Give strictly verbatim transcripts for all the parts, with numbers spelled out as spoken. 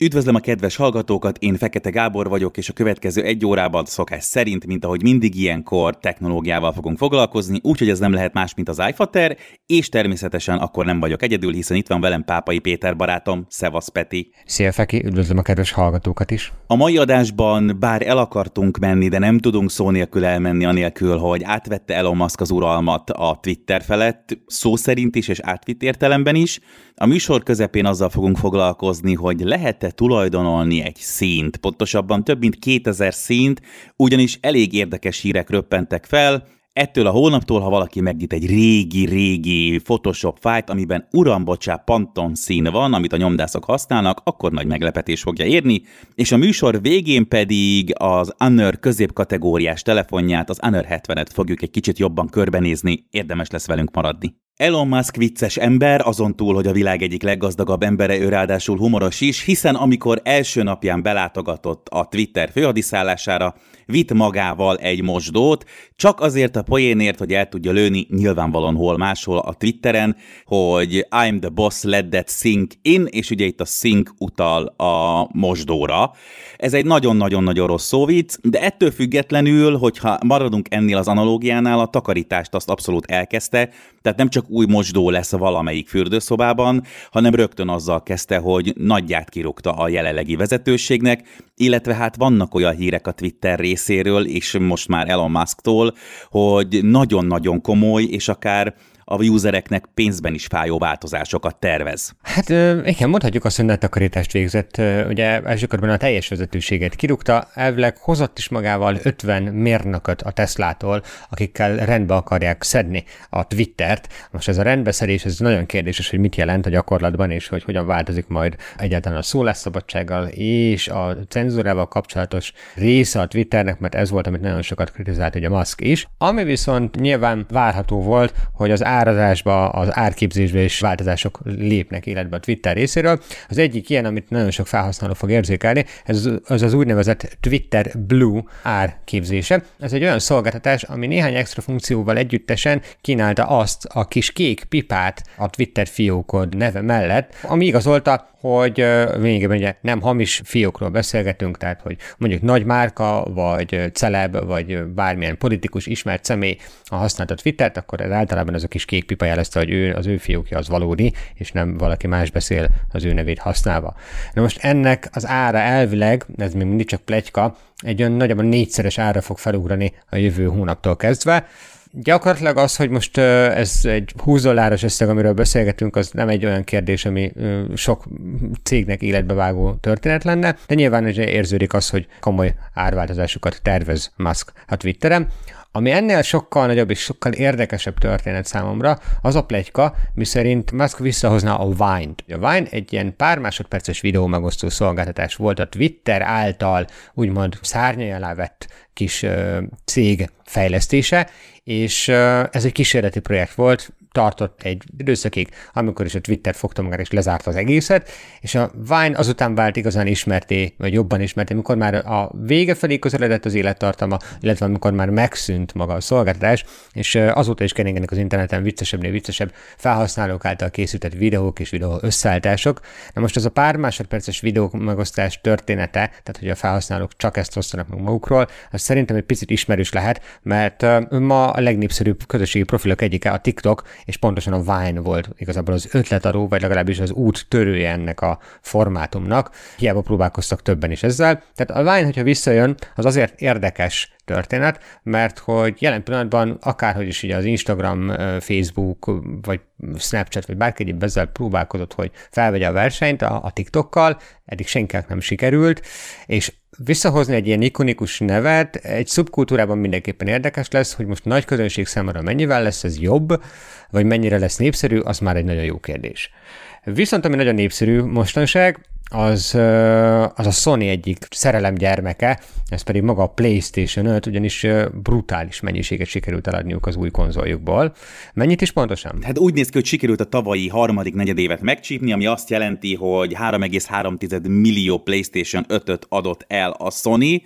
Üdvözlöm a kedves hallgatókat, én Fekete Gábor vagyok, és a következő egy órában szokás szerint, mint ahogy mindig ilyenkor technológiával fogunk foglalkozni, úgyhogy ez nem lehet más, mint az iFater, és természetesen akkor nem vagyok egyedül, hiszen itt van velem Pápai Péter barátom. Szevasz, Peti! Szia, Feki, üdvözlöm a kedves hallgatókat is! A mai adásban bár el akartunk menni, de nem tudunk szó nélkül elmenni anélkül, hogy átvette Elon Musk az uralmat a Twitter felett, szó szerint is és átvitt értelemben is. A műsor közepén azzal fogunk foglalkozni, hogy lehet-e tulajdonolni egy színt, pontosabban több mint kétezer színt, ugyanis elég érdekes hírek röppentek fel. Ettől a hónaptól, ha valaki megnyit egy régi-régi Photoshop fájlt, amiben urambocsá Pantone szín van, amit a nyomdászok használnak, akkor nagy meglepetés fogja érni, és a műsor végén pedig az Honor középkategóriás telefonját, az Honor hetvenet fogjuk egy kicsit jobban körbenézni, érdemes lesz velünk maradni. Elon Musk vicces ember, azon túl, hogy a világ egyik leggazdagabb embere, ő ráadásul humoros is, hiszen amikor első napján belátogatott a Twitter főhadiszállására, vitt magával egy mosdót, csak azért a poénért, hogy el tudja lőni nyilvánvalóan hol máshol a Twitteren, hogy I'm the boss, let that sink in, és ugye itt a sink utal a mosdóra. Ez egy nagyon-nagyon-nagyon rossz szóvic, de ettől függetlenül, hogyha maradunk ennél az analógiánál, a takarítást azt abszolút elkezdte, tehát nem csak új mosdó lesz a valamelyik fürdőszobában, hanem rögtön azzal kezdte, hogy nagyját kirúgta a jelenlegi vezetőségnek, illetve hát vannak olyan hírek a Twitter részéről, és most már Elon Musktól, hogy nagyon-nagyon komoly, és akár a usereknek pénzben is fájó változásokat tervez. Hát igen, mondhatjuk azt, hogy nagy takarítást végzett. Ugye elsőkorban a teljes vezetőséget kirúgta, elvileg hozott is magával ötven mérnököt a Teslától, akikkel rendbe akarják szedni a Twittert. Most ez a rendbeszedés, ez nagyon kérdéses, hogy mit jelent a gyakorlatban, és hogy hogyan változik majd egyáltalán a szólásszabadsággal és a cenzúrával kapcsolatos része a Twitternek, mert ez volt, amit nagyon sokat kritizált ugye Musk is. Ami viszont nyilván várható volt, hogy az árazásba, az árképzésbe is változások lépnek életbe a Twitter részéről. Az egyik ilyen, amit nagyon sok felhasználó fog érzékelni, ez az az úgynevezett Twitter Blue árképzése. Ez egy olyan szolgáltatás, ami néhány extra funkcióval együttesen kínálta azt a kis kék pipát a Twitter fiókod neve mellett, ami igazolta, hogy lényegében ugye nem hamis fiókról beszélgetünk, tehát hogy mondjuk nagy márka, vagy celeb, vagy bármilyen politikus ismert személy, ha használta Twittert, akkor ez általában az a kis kék pipa jelezte, hogy ő, az ő fiókja az valódi, és nem valaki más beszél az ő nevét használva. Na most ennek az ára elvileg, ez még mindig csak pletyka, egy olyan nagyjából négyszeres ára fog felugrani a jövő hónaptól kezdve. Gyakorlatilag az, hogy most ez egy húsz dolláros összeg, amiről beszélgetünk, az nem egy olyan kérdés, ami sok cégnek életbevágó történet lenne, de nyilván érződik az, hogy komoly árváltozásokat tervez Musk a Twitteren. Ami ennél sokkal nagyobb és sokkal érdekesebb történet számomra, az a pletyka, miszerint Musk visszahozná a Vine-t. A Vine egy ilyen pár másodperces videó megosztó szolgáltatás volt a Twitter által úgymond szárnyai alá vett kis uh, cég fejlesztése, és uh, ez egy kísérleti projekt volt, tartott egy időszakig, amikor is a Twitter fogta magára és lezárta az egészet, és a Vine azután vált igazán ismerté, vagy jobban ismerté, amikor már a vége felé közeledett az élettartama, illetve amikor már megszűnt maga a szolgáltatás, és azóta is keringenek az interneten viccesebbnél viccesebb felhasználók által készített videók és videó összeállítások. Na most ez a pár másodperces videó megosztás története, tehát hogy a felhasználók csak ezt osztanak meg magukról, az szerintem egy picit ismerős lehet, mert ma a legnépszerűbb közösségi profilok egyike a TikTok, és pontosan a Vine volt igazából az ötletaró, vagy legalábbis az út törője ennek a formátumnak. Hiába próbálkoztak többen is ezzel. Tehát a Vine, hogyha visszajön, az azért érdekes történet, mert hogy jelen pillanatban akárhogy is ugye az Instagram, Facebook, vagy Snapchat, vagy bárki egyéb ezzel próbálkozott, hogy felvegye a versenyt a, a TikTokkal, eddig senkinek nem sikerült, és visszahozni egy ilyen ikonikus nevet egy szubkultúrában mindenképpen érdekes lesz, hogy most nagy közönség számára mennyivel lesz ez jobb, vagy mennyire lesz népszerű, az már egy nagyon jó kérdés. Viszont ami nagyon népszerű mostanság, az, az a Sony egyik szerelem gyermeke, ez pedig maga a PlayStation öt, ugyanis brutális mennyiséget sikerült eladniuk az új konzoljukból. Mennyit is pontosan? Hát úgy néz ki, hogy sikerült a tavalyi harmadik negyedévet megcsípni, ami azt jelenti, hogy három egész három millió PlayStation ötöt adott el a Sony,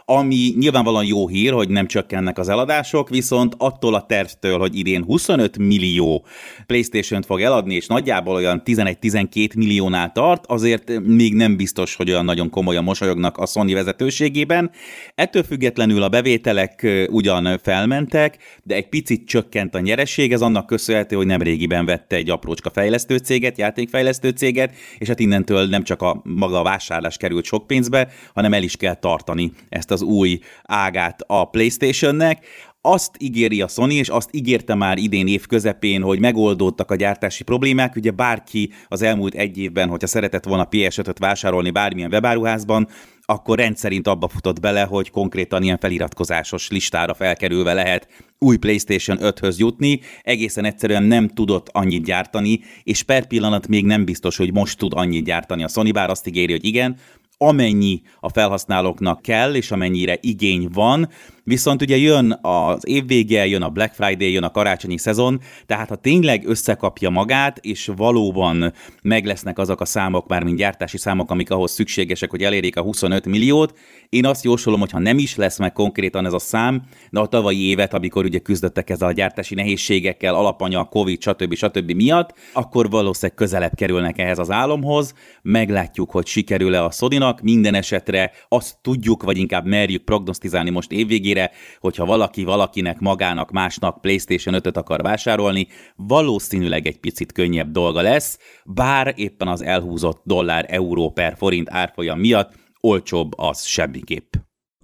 ami nyilvánvalóan jó hír, hogy nem csökkennek az eladások, viszont attól a tervtől, hogy idén huszonöt millió PlayStation-t fog eladni, és nagyjából olyan tizenegy-tizenkét milliónál tart, azért még nem biztos, hogy olyan nagyon komolyan mosolyognak a Sony vezetőségében. Ettől függetlenül a bevételek ugyan felmentek, de egy picit csökkent a nyereség, ez annak köszönhető, hogy nemrégiben vette egy aprócska fejlesztő céget, játékfejlesztő céget, és hát innentől nem csak a maga a vásárlás került sok pénzbe, hanem el is kell tartani ezt az új ágát a PlayStationnek. Azt ígéri a Sony, és azt ígérte már idén év közepén, hogy megoldódtak a gyártási problémák. Ugye bárki az elmúlt egy évben, hogyha szeretett volna pé es ötöt vásárolni bármilyen webáruházban, akkor rendszerint abba futott bele, hogy konkrétan ilyen feliratkozásos listára felkerülve lehet új PlayStation öthöz jutni, egészen egyszerűen nem tudott annyit gyártani, és per pillanat még nem biztos, hogy most tud annyit gyártani a Sony, bár azt ígéri, hogy igen, amennyi a felhasználóknak kell, és amennyire igény van, viszont ugye jön az évvége, jön a Black Friday, jön a karácsonyi szezon, tehát ha tényleg összekapja magát, és valóban meg lesznek azok a számok, mármint gyártási számok, amik ahhoz szükségesek, hogy elérjék a huszonöt milliót, én azt jósolom, hogy ha nem is lesz meg konkrétan ez a szám, de a tavalyi évet, amikor ugye küzdöttek ezzel a gyártási nehézségekkel, alapanyag, Covid, stb. stb. Miatt, akkor valószínűleg közelebb kerülnek ehhez az álomhoz, meglátjuk, hogy sikerül-e a Sonynak, minden esetre azt tudjuk, vagy inkább merjük prognosztizálni most évvégére, hogyha valaki valakinek, magának, másnak PlayStation ötöt akar vásárolni, valószínűleg egy picit könnyebb dolga lesz, bár éppen az elhúzott dollár-euró per forint árfolyam miatt olcsóbb az semmiképp.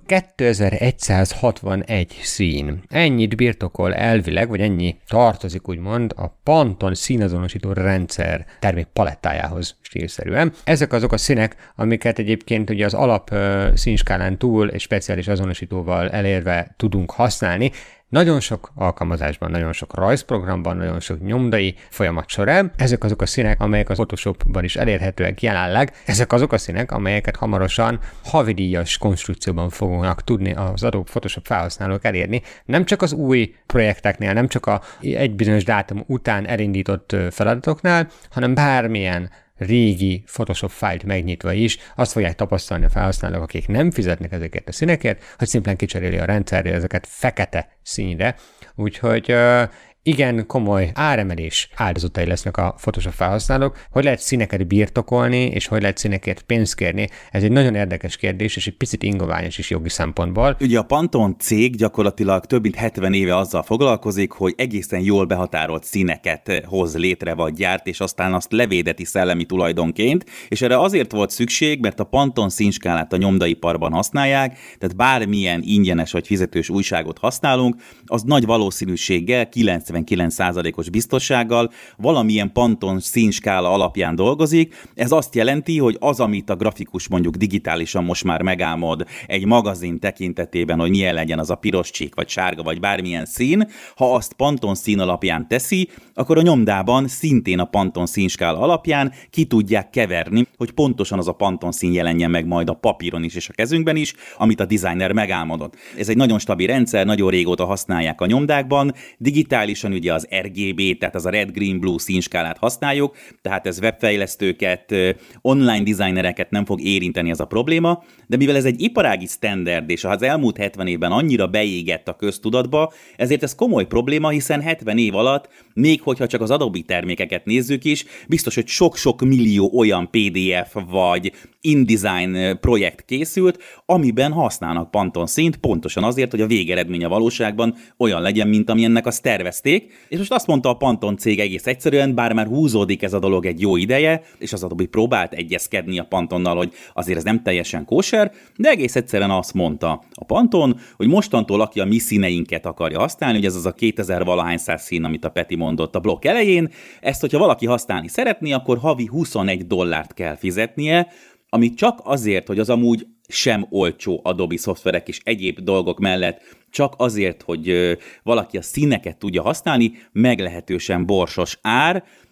kétezer-egyszázhatvanegy szín. Ennyit birtokol elvileg, vagy ennyi tartozik úgymond a Pantone színazonosító rendszer termék palettájához stílszerűen. Ezek azok a színek, amiket egyébként ugye az alap uh, színskálán túl egy speciális azonosítóval elérve tudunk használni. Nagyon sok alkalmazásban, nagyon sok rajzprogramban, nagyon sok nyomdai folyamat során. Ezek azok a színek, amelyek a Photoshopban is elérhetőek jelenleg. Ezek azok a színek, amelyeket hamarosan havidíjas konstrukcióban fognak tudni az Adobe Photoshop felhasználók elérni. Nem csak az új projekteknél, nem csak a egy bizonyos dátum után elindított feladatoknál, hanem bármilyen régi Photoshop fájlt megnyitva is, azt fogják tapasztalni a felhasználók, akik nem fizetnek ezeket a színekért, hogy szimplán kicseréli a rendszerre ezeket fekete színre. Úgyhogy igen komoly áremelés áldozatai lesznek a Photoshop felhasználók. Hogy lehet színeket birtokolni, és hogy lehet színekért pénzt kérni? Ez egy nagyon érdekes kérdés, és egy picit ingoványos is jogi szempontból. Ugye a Pantone cég gyakorlatilag több mint hetven éve azzal foglalkozik, hogy egészen jól behatárolt színeket hoz létre vagy gyárt, és aztán azt levédeti szellemi tulajdonként, és erre azért volt szükség, mert a Pantone színskálát a nyomdaiparban használják, tehát bármilyen ingyenes vagy fizetős újságot használunk, az nagy valószínűséggel kilencvenkilenc százalékos biztossággal valamilyen Pantone színskála alapján dolgozik. Ez azt jelenti, hogy az, amit a grafikus mondjuk digitálisan most már megálmod egy magazin tekintetében, hogy milyen legyen az a piros csík, vagy sárga, vagy bármilyen szín, ha azt Pantone szín alapján teszi, akkor a nyomdában szintén a Pantone színskála alapján ki tudják keverni, hogy pontosan az a Pantone szín jelenjen meg majd a papíron is és a kezünkben is, amit a designer megálmodott. Ez egy nagyon stabil rendszer, nagyon régóta használják a nyomdákban, digitálisan ugye az er gé bé, tehát az a Red, Green, Blue színskálát használjuk, tehát ez webfejlesztőket, online designereket nem fog érinteni ez a probléma, de mivel ez egy iparági standard, és az elmúlt hetven évben annyira beégett a köztudatba, ezért ez komoly probléma, hiszen hetven év alatt, még hogyha csak az Adobe termékeket nézzük is, biztos, hogy sok-sok millió olyan pé dé ef vagy InDesign projekt készült, amiben használnak Pantone színt, pontosan azért, hogy a végeredmény a valóságban olyan legyen, mint amilyennek azt tervezték. És most azt mondta a Pantone cég egész egyszerűen, bár már húzódik ez a dolog egy jó ideje, és az Adobe próbált egyezkedni a Pantonnal, hogy azért ez nem teljesen kóser, de egész egyszerűen azt mondta a Pantone, hogy mostantól aki a mi színeinket akarja használni, hogy ez az a kétezer valahány száz szín, amit a Peti mondott a blokk elején, ezt, hogyha valaki használni szeretné, akkor havi huszonegy dollárt kell fizetnie, ami csak azért, hogy az amúgy sem olcsó Adobe szoftverek és egyéb dolgok mellett, csak azért, hogy valaki a színeket tudja használni, meglehetősen borsos ár,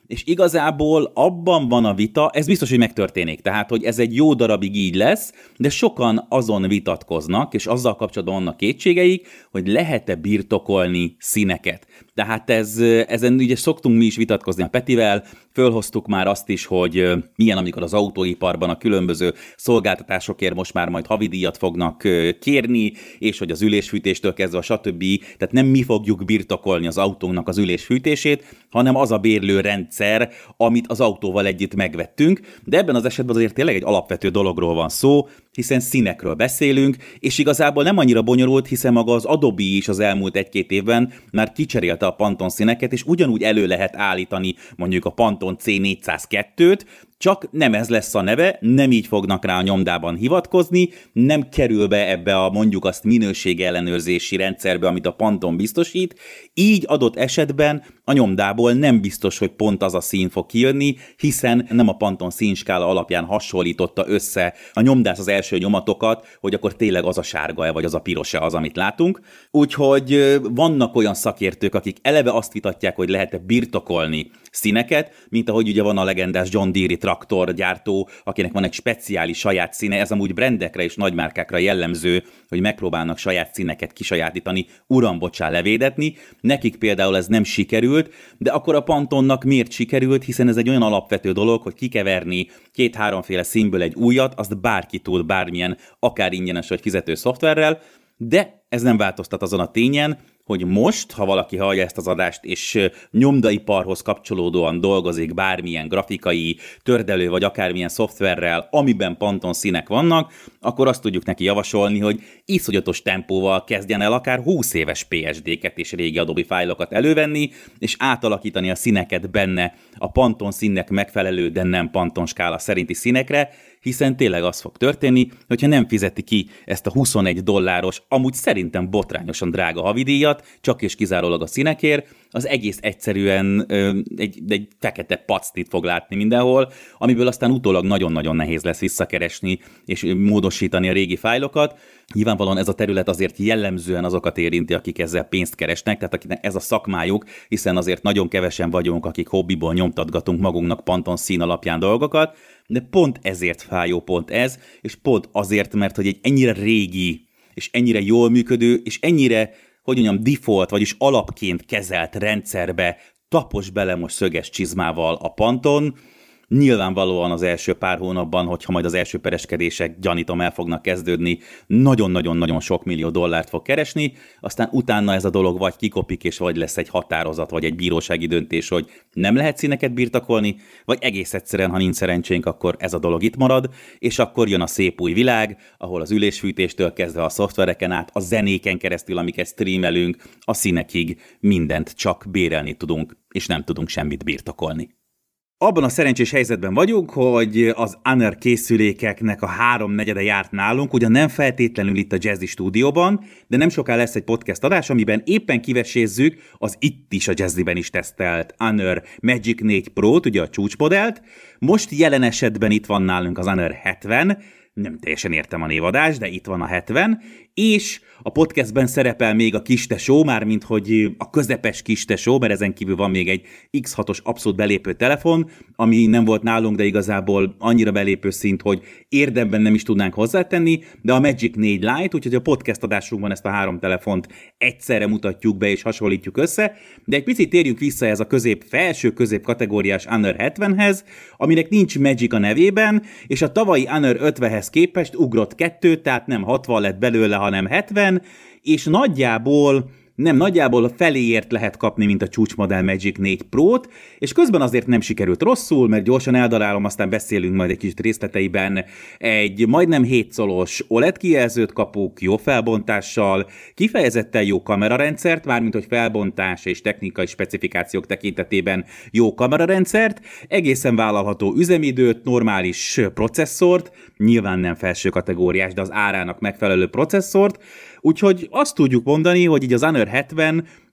és igazából abban van a vita, ez biztos, hogy megtörténik, tehát, hogy ez egy jó darabig így lesz, de sokan azon vitatkoznak, és azzal kapcsolatban vannak kétségeik, hogy lehet-e birtokolni színeket. Tehát ez, ezen ugye szoktunk mi is vitatkozni a Petivel, fölhoztuk már azt is, hogy milyen, amikor az autóiparban a különböző szolgáltatásokért most már majd havidíjat fognak kérni, és hogy az ülésfűtéstől kezdve a stb. Tehát nem mi fogjuk birtokolni az autónak az ülésfűtését, hanem az a bérlő rendszer, amit az autóval együtt megvettünk, de ebben az esetben azért tényleg egy alapvető dologról van szó, hiszen színekről beszélünk, és igazából nem annyira bonyolult, hiszen maga az Adobe is az elmúlt egy-két évben már kicserélte a Pantone színeket, és ugyanúgy elő lehet állítani mondjuk a Pantone cé négyszázkettőt, csak nem ez lesz a neve, nem így fognak rá a nyomdában hivatkozni, nem kerül be ebbe a mondjuk azt minőségellenőrzési rendszerbe, amit a Pantone biztosít, így adott esetben a nyomdából nem biztos, hogy pont az a szín fog kijönni, hiszen nem a Pantone színskála alapján hasonlította össze a nyomdász az első nyomatokat, hogy akkor tényleg az a sárga-e vagy az a piros-e az, amit látunk. Úgyhogy vannak olyan szakértők, akik eleve azt vitatják, hogy lehet-e birtokolni színeket, mint ahogy ugye van a legendás John Deere traktorgyártó, akinek van egy speciális saját színe, ez amúgy brandekre és nagymárkákra jellemző, hogy megpróbálnak saját színeket kisajátítani, uram, bocsán, levédetni. Nekik például ez nem sikerült, de akkor a Pantonnak miért sikerült, hiszen ez egy olyan alapvető dolog, hogy kikeverni két-háromféle színből egy újat, azt bárki tud bármilyen, akár ingyenes vagy fizető szoftverrel, de ez nem változtat azon a tényen, hogy most, ha valaki hallja ezt az adást, és nyomdaiparhoz kapcsolódóan dolgozik bármilyen grafikai, tördelő vagy akármilyen szoftverrel, amiben Pantone színek vannak, akkor azt tudjuk neki javasolni, hogy iszonyatos tempóval kezdjen el akár húsz éves pé es dé-ket és régi Adobe fájlokat elővenni, és átalakítani a színeket benne a Pantone színnek megfelelő, de nem Pantone skála szerinti színekre, hiszen tényleg az fog történni, hogyha nem fizeti ki ezt a huszonegy dolláros, amúgy szerintem botrányosan drága havidíjat, csak és kizárólag a színekért, az egész egyszerűen ö, egy, egy fekete pacnit fog látni mindenhol, amiből aztán utólag nagyon-nagyon nehéz lesz visszakeresni és módosítani a régi fájlokat. Nyilvánvalóan ez a terület azért jellemzően azokat érinti, akik ezzel pénzt keresnek, tehát akiknek ez a szakmájuk, hiszen azért nagyon kevesen vagyunk, akik hobbiból nyomtatgatunk magunknak Pantone szín alapján dolgokat, de pont ezért fájó pont ez, és pont azért, mert hogy egy ennyire régi, és ennyire jól működő, és ennyire, hogy mondjam, default, vagyis alapként kezelt rendszerbe tapos bele most szöges csizmával a Pantone. Nyilvánvalóan az első pár hónapban, hogyha majd az első pereskedések, gyanítom, el fognak kezdődni, nagyon-nagyon-nagyon sok millió dollárt fog keresni, aztán utána ez a dolog vagy kikopik, és vagy lesz egy határozat, vagy egy bírósági döntés, hogy nem lehet színeket birtokolni, vagy egész egyszerűen, ha nincs szerencsénk, akkor ez a dolog itt marad, és akkor jön a szép új világ, ahol az ülésfűtéstől kezdve a szoftvereken át, a zenéken keresztül, amiket streamelünk, a színekig mindent csak bérelni tudunk, és nem tudunk semmit birtokolni. Abban a szerencsés helyzetben vagyunk, hogy az Honor készülékeknek a háromnegyede járt nálunk, ugyan nem feltétlenül itt a Jazzy stúdióban, de nem soká lesz egy podcast adás, amiben éppen kivesézzük az itt is a Jazzyben is tesztelt Honor Magic négy Pro-t, ugye a csúcsmodellt. Most jelen esetben itt van nálunk az Honor hetven, nem teljesen értem a névadást, de itt van a hetven, és a podcastben szerepel még a kistesó, mármint hogy a közepes kistesó, mert ezen kívül van még egy iksz hatos abszolút belépő telefon, ami nem volt nálunk, de igazából annyira belépő szint, hogy érdemben nem is tudnánk hozzátenni, de a Magic négy Lite, úgyhogy a podcast adásunkban ezt a három telefont egyszerre mutatjuk be és hasonlítjuk össze, de egy picit térjünk vissza ez a közép, felső közép kategóriás Honor hetvenhez, aminek nincs Magic a nevében, és a tavalyi Honor ötvenhez képest ugrott kettő, tehát nem hatvan lett belőle, hanem hetven, és nagyjából, nem nagyjából a feléért lehet kapni, mint a csúcsmodell Magic négy Pro-t, és közben azért nem sikerült rosszul, mert gyorsan eldarálom, aztán beszélünk majd egy kicsit részleteiben. Egy majdnem hét szolos o el é dé kijelzőt kapunk, jó felbontással, kifejezetten jó kamerarendszert, mármint hogy felbontás és technikai specifikációk tekintetében jó kamerarendszert, egészen vállalható üzemidőt, normális processzort, nyilván nem felső kategóriás, de az árának megfelelő processzort, úgyhogy azt tudjuk mondani, hogy így az Honor hetven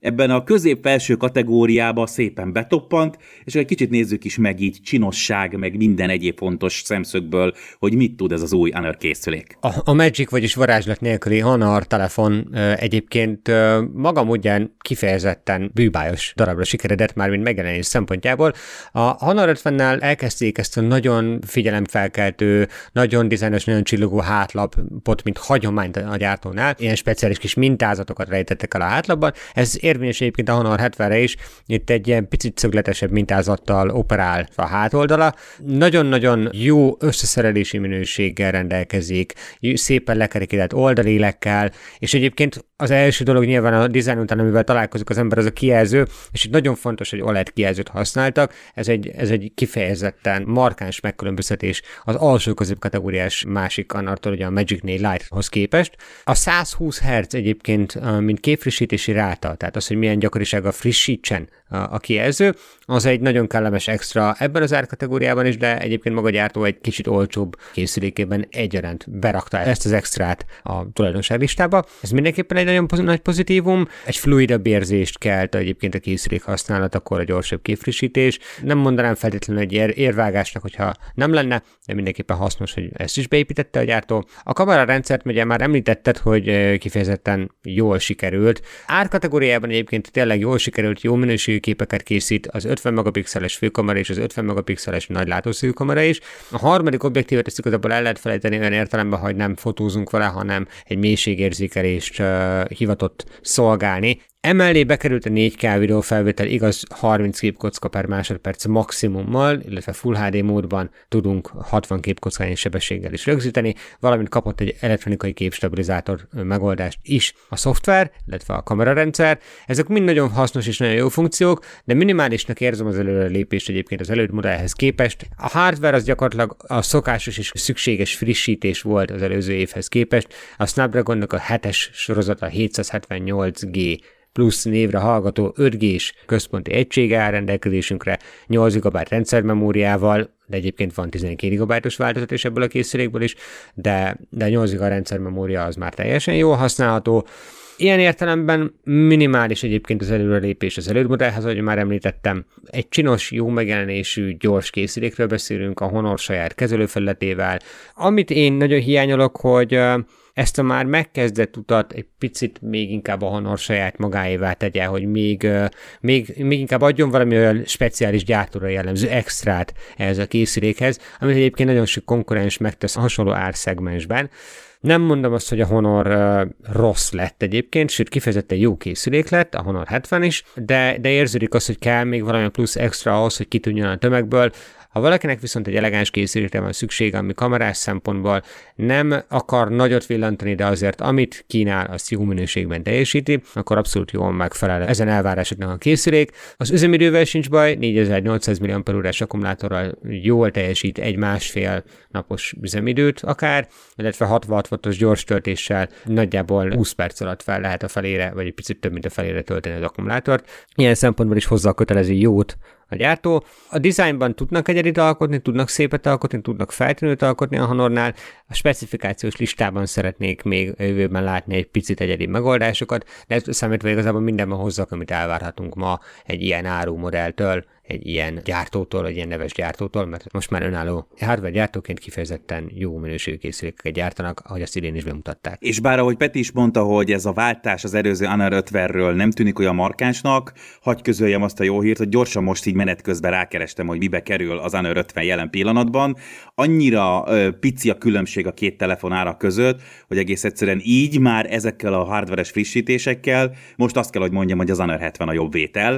ebben a közép-felső kategóriába szépen betoppant, és egy kicsit nézzük is meg így csinosság, meg minden egyéb fontos szemszögből, hogy mit tud ez az új Honor készülék. A, a Magic, vagyis varázslat nélküli Honor telefon egyébként maga módján kifejezetten bűbájos darabra sikeredett már, mint megjelenés szempontjából. A Honor ötvennel elkezdték ezt a nagyon figyelemfelkeltő, nagyon dizájnos, nagyon csillogó hátlapot, mint hagyományt a gyártónál. Ilyen speciális kis mintázatokat rejtettek el a hátlapban. Ez érvényes egyébként a Honor hetvenre is. Itt egy ilyen picit szögletesebb mintázattal operál a hátoldala. Nagyon-nagyon jó összeszerelési minőséggel rendelkezik, szépen lekerekített oldalélekkel, és egyébként az első dolog nyilván a dizájn után, amivel találkozik az ember, az a kijelző, és itt nagyon fontos, hogy o el e dé kijelzőt használtak. Ez egy, ez egy kifejezetten markáns megkülönböztetés az alsó középkategóriás másik Honortól, ugye a Magic négy Lite-hoz képest. A száz húsz hertz egyébként, mint képfrissítési ráta, tehát az, hogy milyen gyakorisággal frissítsen a kijelző, az egy nagyon kellemes extra ebben az árkategóriában is, de egyébként maga a gyártó egy kicsit olcsóbb készülékében egyaránt berakta ezt az extrát a tulajdonságlistába. Ez mindenképpen egy nagyon nagy pozitívum, egy fluidabb érzést kelt egyébként a készülék használat, akkor a gyorsabb képfrissítés. Nem mondanám feltétlenül egy ér- érvágásnak, hogyha nem lenne, de mindenképpen hasznos, hogy ezt is beépítette a gyártó. A kamerarendszert ugye már említetted, hogy kifejezetten jól sikerült. Árkategóriában egyébként tényleg jól sikerült, jó minőségű képeket készít az ötven megapixeles főkamera és az ötven megapixeles nagy látószögű kamera is. A harmadik objektívet ezt igazából el lehet felejteni olyan értelemben, hogy nem fotózunk vele, hanem egy mélységérzékelést uh, hivatott szolgálni. Emellé bekerült a négy ká videófelvétel, igaz harminc képkocka per másodperc maximummal, illetve Full há dé módban tudunk hatvan képkockányi sebességgel is rögzíteni, valamint kapott egy elektronikai képstabilizátor megoldást is a szoftver, illetve a kamerarendszer. Ezek mind nagyon hasznos és nagyon jó funkciók, de minimálisnak érzem az előrelépést egyébként az előtt modellhez képest. A hardware az gyakorlatilag a szokásos és szükséges frissítés volt az előző évhez képest. A Snapdragonnak a hetes sorozata hétszázhetvennyolc G plusz névre hallgató öt G-s központi egysége áll rendelkezésünkre, nyolc gigabyte rendszermemóriával, de egyébként van tizenkét gigabájtos változat is ebből a készülékből is, de, de nyolc giga rendszermemória az már teljesen jól használható. Ilyen értelemben minimális egyébként az előrelépés az előtt modellhez, ahogy már említettem. Egy csinos, jó megjelenésű, gyors készülékről beszélünk a Honor saját kezelőfelületével. Amit én nagyon hiányolok, hogy ezt a már megkezdett utat egy picit még inkább a Honor saját magáévá tegye, hogy még, még, még inkább adjon valami olyan speciális gyártóra jellemző extrát ehhez a készülékhez, amit egyébként nagyon sok konkurens megtesz a hasonló árszegmensben. Nem mondom azt, hogy a Honor uh, rossz lett egyébként, sőt kifejezetten jó készülék lett, a Honor hetven is, de, de érződik az, hogy kell még valami plusz extra ahhoz, hogy kitűnjön a tömegből. Ha valakinek viszont egy elegáns készülékre van szüksége, ami kamerás szempontból nem akar nagyot villantani, de azért amit kínál, azt jó minőségben teljesíti, akkor abszolút jól megfelel ezen elvárásoknak a készülék. Az üzemidővel sincs baj, négyezer-nyolcszáz milliampere-órás akkumulátorral jól teljesít egy másfél napos üzemidőt akár, illetve hatvanhat wattos gyors töltéssel nagyjából húsz perc alatt fel lehet a felére, vagy egy picit több, mint a felére tölteni az akkumulátort. Ilyen szempontból is hozzá a kötelező jót a gyártó. A dizájnban tudnak egyedit alkotni, tudnak szépet alkotni, tudnak feltűnőt alkotni a Honornál. A specifikációs listában szeretnék még a jövőben látni egy picit egyedi megoldásokat, de ezt számítva igazából mindenben hozzak, amit elvárhatunk ma egy ilyen áru modelltől, egy ilyen gyártótól, egy ilyen neves gyártótól, mert most már önálló hardware gyártóként kifejezetten jó minőségű készülékeket gyártanak, ahogy azt idén is bemutatták. És bár ahogy Peti is mondta, hogy ez a váltás az előző Honor ötvenről nem tűnik olyan markánsnak, hagy közöljem azt a jó hírt, hogy gyorsan most így menet közben rákerestem, hogy mibe kerül az Honor ötven jelen pillanatban. Annyira ö, pici a különbség a két telefon ára között, hogy egész egyszerűen így már ezekkel a hardveres frissítésekkel most azt kell, hogy mondjam, hogy az Honor hetven a jobb vétel,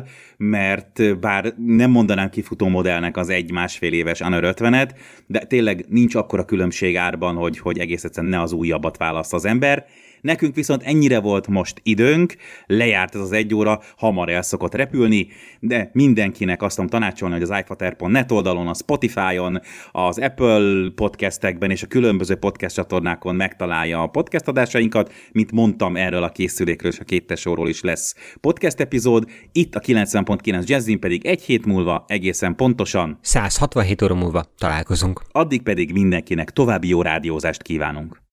mert bár nem mondanám kifutó modellnek az egy-másfél éves Honor ötvenet, de tényleg nincs akkora különbség árban, hogy, hogy egész egyszerűen ne az újabbat választ az ember. Nekünk viszont ennyire volt most időnk, lejárt ez az egy óra, hamar el szokott repülni, de mindenkinek azt tudom tanácsolni, hogy az iFater pont net oldalon, a Spotify-on, az Apple podcastekben és a különböző podcast csatornákon megtalálja a podcast adásainkat. Mint mondtam, erről a készülékről és a két tesóról is lesz podcast epizód. Itt a kilencven pont kilenc Jazzin pedig egy hét múlva egészen pontosan száz hatvanhét óra múlva találkozunk. Addig pedig mindenkinek további jó rádiózást kívánunk.